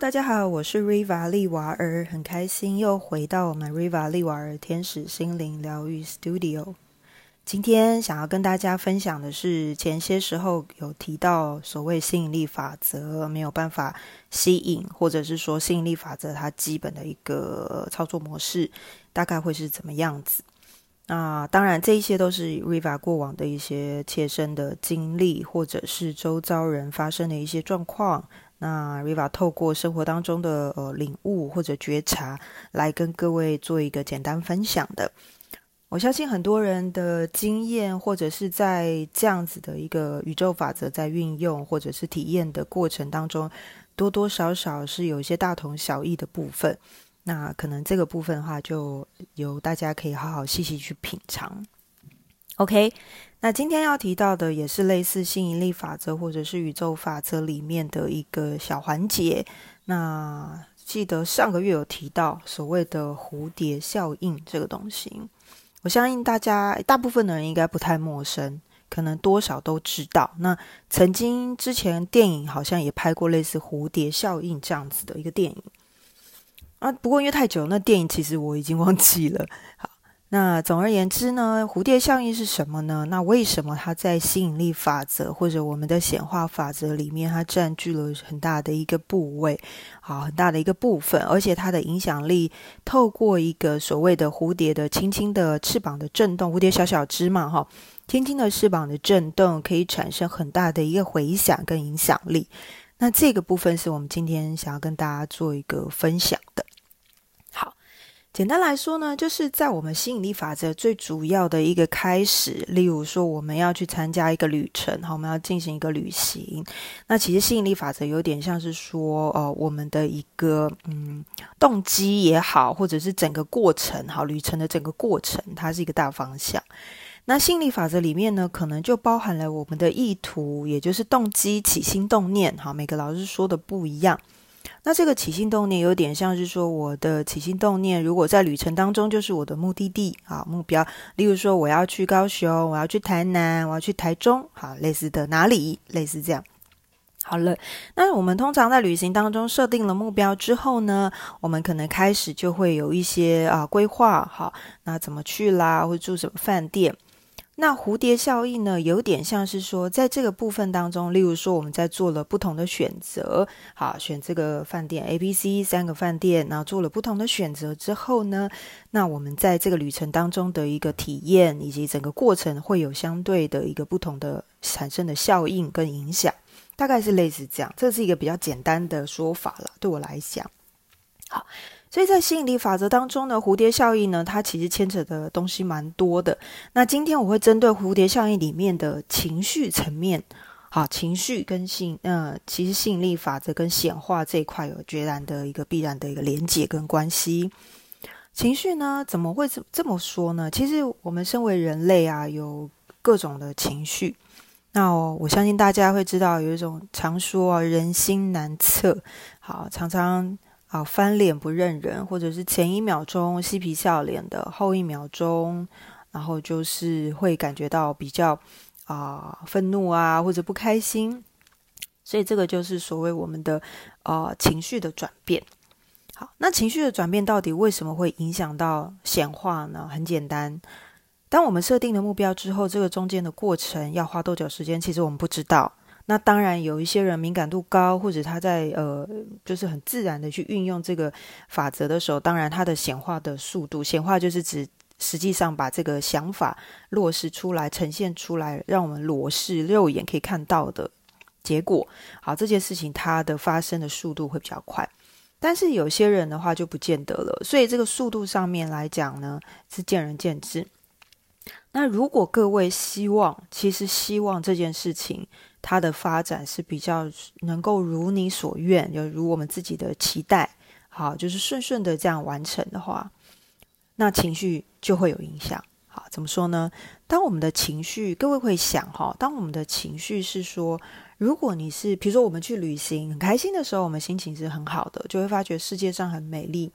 大家好，我是 Riva 利瓦尔，很开心又回到我们 Riva 利瓦尔天使心灵疗愈 Studio。今天想要跟大家分享的是，前些时候有提到所谓吸引力法则没有办法吸引，或者是说吸引力法则它基本的一个操作模式大概会是怎么样子。那当然这一些都是 Riva 过往的一些切身的经历，或者是周遭人发生的一些状况。那 Riva 透过生活当中的领悟或者觉察来跟各位做一个简单分享的。我相信很多人的经验或者是在这样子的一个宇宙法则在运用或者是体验的过程当中，多多少少是有一些大同小异的部分。那可能这个部分的话，就由大家可以好好细细去品尝。OK， 那今天要提到的也是类似吸引力法则或者是宇宙法则里面的一个小环节。那记得上个月有提到所谓的蝴蝶效应这个东西，我相信大部分的人应该不太陌生，可能多少都知道。那曾经之前电影好像也拍过类似蝴蝶效应这样子的一个电影不过因为太久，那电影其实我已经忘记了。好，那总而言之呢，蝴蝶效应是什么呢？那为什么它在吸引力法则或者我们的显化法则里面，它占据了很大的一个部位，很大的一个部分，而且它的影响力透过一个所谓的蝴蝶的轻轻的翅膀的震动，蝴蝶小小只嘛，轻轻的翅膀的震动可以产生很大的一个回响跟影响力。那这个部分是我们今天想要跟大家做一个分享的。好，简单来说呢，就是在我们吸引力法则最主要的一个开始，例如说我们要去参加一个旅程，我们要进行一个旅行。那其实吸引力法则有点像是说我们的一个动机也好，或者是整个过程旅程的整个过程，它是一个大方向。那吸引力法则里面呢，可能就包含了我们的意图，也就是动机、起心动念。每个老师说的不一样。那这个起心动念有点像是说，我的起心动念如果在旅程当中就是我的目的地目标，例如说我要去高雄，我要去台南，我要去台中，类似的哪里，类似这样。好了，那我们通常在旅行当中设定了目标之后呢，我们可能开始就会有一些规划，那怎么去啦，或住什么饭店。那蝴蝶效应呢，有点像是说在这个部分当中，例如说我们在做了不同的选择，选这个饭店 ABC 3个饭店，然后做了不同的选择之后呢，那我们在这个旅程当中的一个体验以及整个过程会有相对的一个不同的产生的效应跟影响，大概是类似这样。这是一个比较简单的说法了，对我来讲。好，所以在吸引力法则当中呢，蝴蝶效应呢，它其实牵扯的东西蛮多的。那今天我会针对蝴蝶效应里面的情绪层面，情绪跟其实吸引力法则跟显化这一块有必然的一个连结跟关系。情绪呢，怎么会这么说呢？其实我们身为人类有各种的情绪。那我相信大家会知道有一种常说人心难测，常常翻脸不认人，或者是前一秒钟嬉皮笑脸的，后一秒钟然后就是会感觉到比较愤怒或者不开心。所以这个就是所谓我们的情绪的转变。好，那情绪的转变到底为什么会影响到显化呢？很简单，当我们设定了目标之后，这个中间的过程要花多久时间，其实我们不知道。那当然有一些人敏感度高，或者他在就是很自然的去运用这个法则的时候，当然他的显化的速度，显化就是指实际上把这个想法落实出来，呈现出来，让我们裸视肉眼可以看到的结果。好，这件事情它的发生的速度会比较快。但是有些人的话就不见得了，所以这个速度上面来讲呢，是见仁见智。那如果各位希望这件事情它的发展是比较能够如你所愿，就如我们自己的期待，就是顺顺的这样完成的话，那情绪就会有影响。好，怎么说呢？当我们的情绪，各位会想当我们的情绪是说，如果你是比如说我们去旅行很开心的时候，我们心情是很好的，就会发觉世界上很美丽，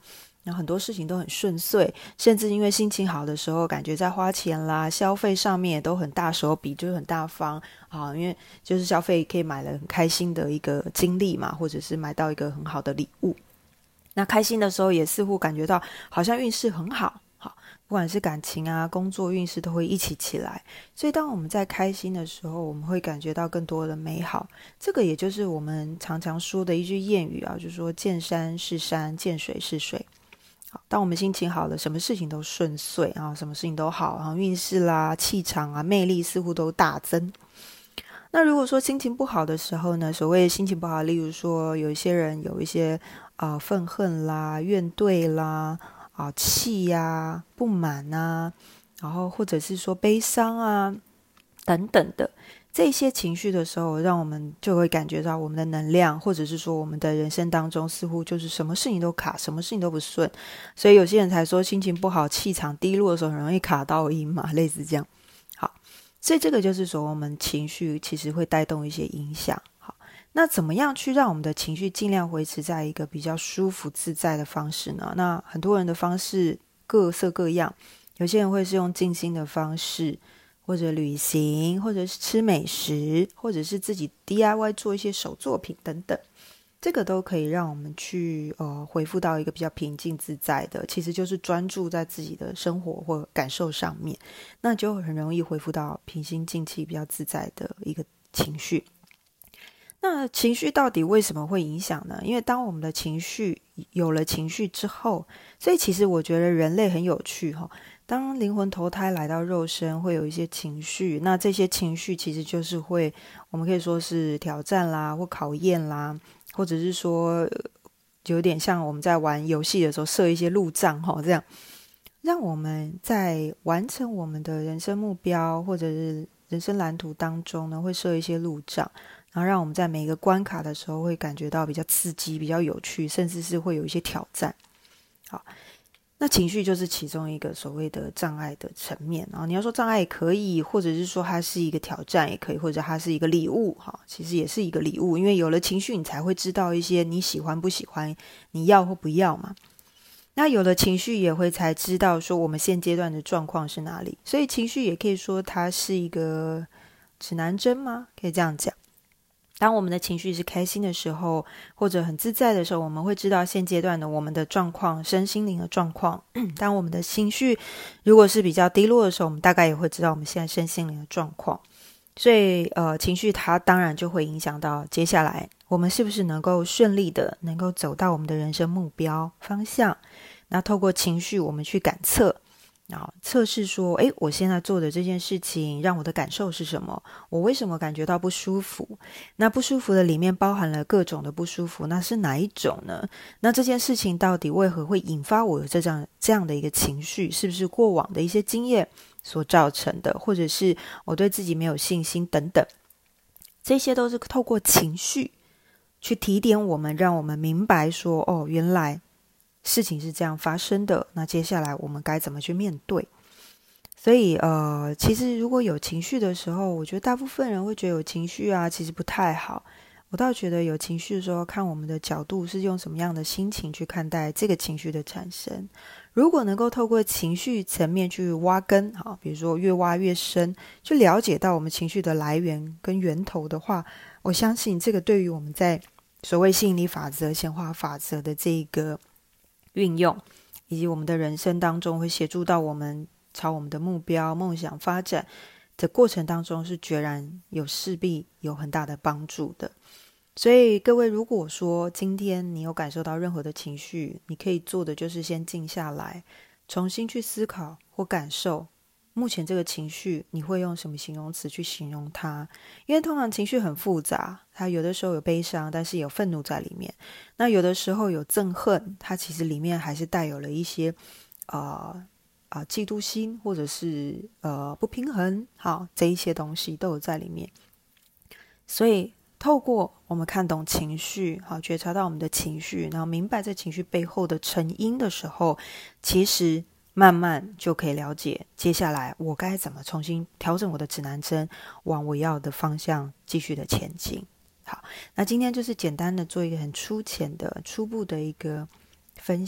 然后很多事情都很顺遂，甚至因为心情好的时候，感觉在花钱啦、消费上面也都很大手笔，就是很大方啊，因为就是消费可以买了很开心的一个经历嘛，或者是买到一个很好的礼物。那开心的时候也似乎感觉到好像运势很好，好，不管是感情啊、工作运势都会一起起来。所以当我们在开心的时候，我们会感觉到更多的美好。这个也就是我们常常说的一句谚语啊，就是说见山是山，见水是水。好，当我们心情好了，什么事情都顺遂啊，什么事情都好，然后运势啦、气场啊、魅力似乎都大增。那如果说心情不好的时候呢，所谓心情不好，例如说有一些人有一些愤恨啦、怨怼啦、气呀、不满啊，然后或者是说悲伤啊等等的这些情绪的时候，让我们就会感觉到我们的能量，或者是说我们的人生当中似乎就是什么事情都卡，什么事情都不顺，所以有些人才说心情不好、气场低落的时候很容易卡到音嘛，类似这样。好，所以这个就是说我们情绪其实会带动一些影响。好，那怎么样去让我们的情绪尽量维持在一个比较舒服自在的方式呢？那很多人的方式各色各样，有些人会是用静心的方式，或者旅行，或者是吃美食，或者是自己 DIY 做一些手作品等等，这个都可以让我们去恢复到一个比较平静自在的，其实就是专注在自己的生活或感受上面，那就很容易恢复到平心静气比较自在的一个情绪。那情绪到底为什么会影响呢？因为当我们的情绪有了情绪之后，所以其实我觉得人类很有趣哈。当灵魂投胎来到肉身，会有一些情绪，那这些情绪其实就是会，我们可以说是挑战啦，或考验啦，或者是说有点像我们在玩游戏的时候设一些路障哈，这样让我们在完成我们的人生目标或者是人生蓝图当中呢，会设一些路障。然后让我们在每一个关卡的时候会感觉到比较刺激、比较有趣，甚至是会有一些挑战。好，那情绪就是其中一个所谓的障碍的层面。然后你要说障碍也可以，或者是说它是一个挑战也可以，或者它是一个礼物。哈，其实也是一个礼物，因为有了情绪，你才会知道一些你喜欢不喜欢，你要或不要嘛。那有了情绪，也会才知道说我们现阶段的状况是哪里。所以情绪也可以说它是一个指南针吗？可以这样讲。当我们的情绪是开心的时候，或者很自在的时候，我们会知道现阶段的我们的状况，身心灵的状况。当我们的情绪如果是比较低落的时候，我们大概也会知道我们现在身心灵的状况。所以情绪它当然就会影响到接下来我们是不是能够顺利的能够走到我们的人生目标方向。那透过情绪我们去感测，然后测试说，我现在做的这件事情让我的感受是什么？我为什么感觉到不舒服？那不舒服的里面包含了各种的不舒服，那是哪一种呢？那这件事情到底为何会引发我有这样的一个情绪？是不是过往的一些经验所造成的，或者是我对自己没有信心等等？这些都是透过情绪去提点我们，让我们明白说，原来事情是这样发生的，那接下来我们该怎么去面对？所以其实如果有情绪的时候，我觉得大部分人会觉得有情绪啊，其实不太好。我倒觉得有情绪的时候，看我们的角度是用什么样的心情去看待这个情绪的产生。如果能够透过情绪层面去挖根，好，比如说越挖越深，去了解到我们情绪的来源跟源头的话，我相信这个对于我们在所谓吸引力法则、显化法则的这个运用，以及我们的人生当中会协助到我们朝我们的目标、梦想发展的过程当中，是决然势必有很大的帮助的。所以各位，如果说今天你有感受到任何的情绪，你可以做的就是先静下来，重新去思考或感受目前这个情绪，你会用什么形容词去形容它？因为通常情绪很复杂，它有的时候有悲伤，但是有愤怒在里面。那有的时候有憎恨，它其实里面还是带有了一些嫉妒心，或者是不平衡，好，这一些东西都有在里面。所以透过我们看懂情绪，好，觉察到我们的情绪，然后明白这情绪背后的成因的时候，其实慢慢就可以了解接下来我该怎么重新调整我的指南针，往我要的方向继续的前进。好，那今天就是简单的做一个很粗浅的初步的一个分享，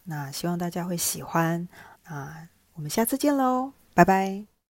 那希望大家会喜欢。那我们下次见喽，拜拜。